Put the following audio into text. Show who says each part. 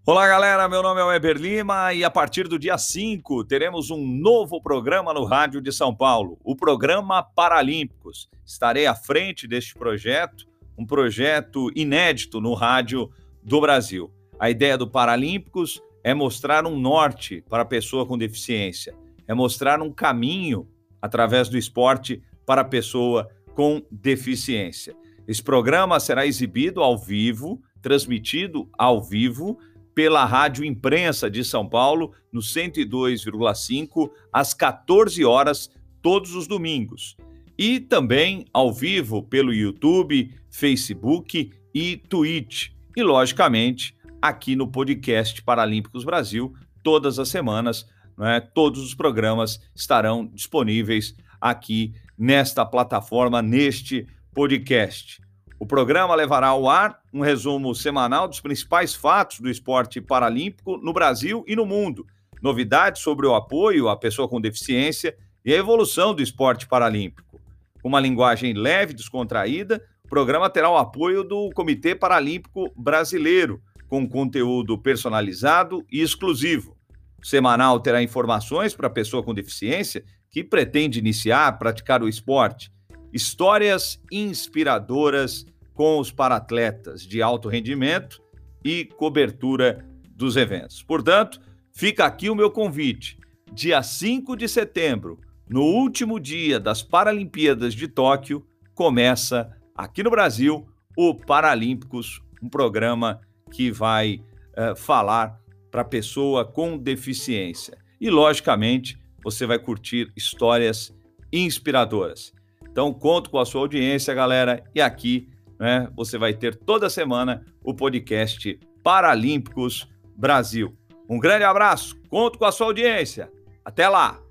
Speaker 1: Olá, galera. Meu nome é Weber Lima e a partir do dia 5 teremos um novo programa no Rádio de São Paulo, o programa Paralímpicos. Estarei à frente deste projeto, um projeto inédito no rádio do Brasil. A ideia do Paralímpicos é mostrar um norte para a pessoa com deficiência, é mostrar um caminho através do esporte para a pessoa com deficiência. Esse programa será exibido ao vivo, transmitido ao vivo, pela Rádio Imprensa de São Paulo, no 102,5, às 14 horas, todos os domingos. E também ao vivo pelo YouTube, Facebook e Twitch. E, logicamente, aqui no podcast Paralímpicos Brasil, todas as semanas, todos os programas estarão disponíveis aqui nesta plataforma, neste podcast. O programa levará ao ar um resumo semanal dos principais fatos do esporte paralímpico no Brasil e no mundo, novidades sobre o apoio à pessoa com deficiência e a evolução do esporte paralímpico. Com uma linguagem leve e descontraída, o programa terá o apoio do Comitê Paralímpico Brasileiro, com conteúdo personalizado e exclusivo. O semanal terá informações para a pessoa com deficiência que pretende iniciar, praticar o esporte, histórias inspiradoras com os paratletas de alto rendimento e cobertura dos eventos. Portanto, fica aqui o meu convite. Dia 5 de setembro, no último dia das Paralimpíadas de Tóquio, começa aqui no Brasil o Paralímpicos, um programa que vai falar para a pessoa com deficiência. E, logicamente, você vai curtir histórias inspiradoras. Então, conto com a sua audiência, galera, e aqui você vai ter toda semana o podcast Paralímpicos Brasil. Um grande abraço, conto com a sua audiência. Até lá!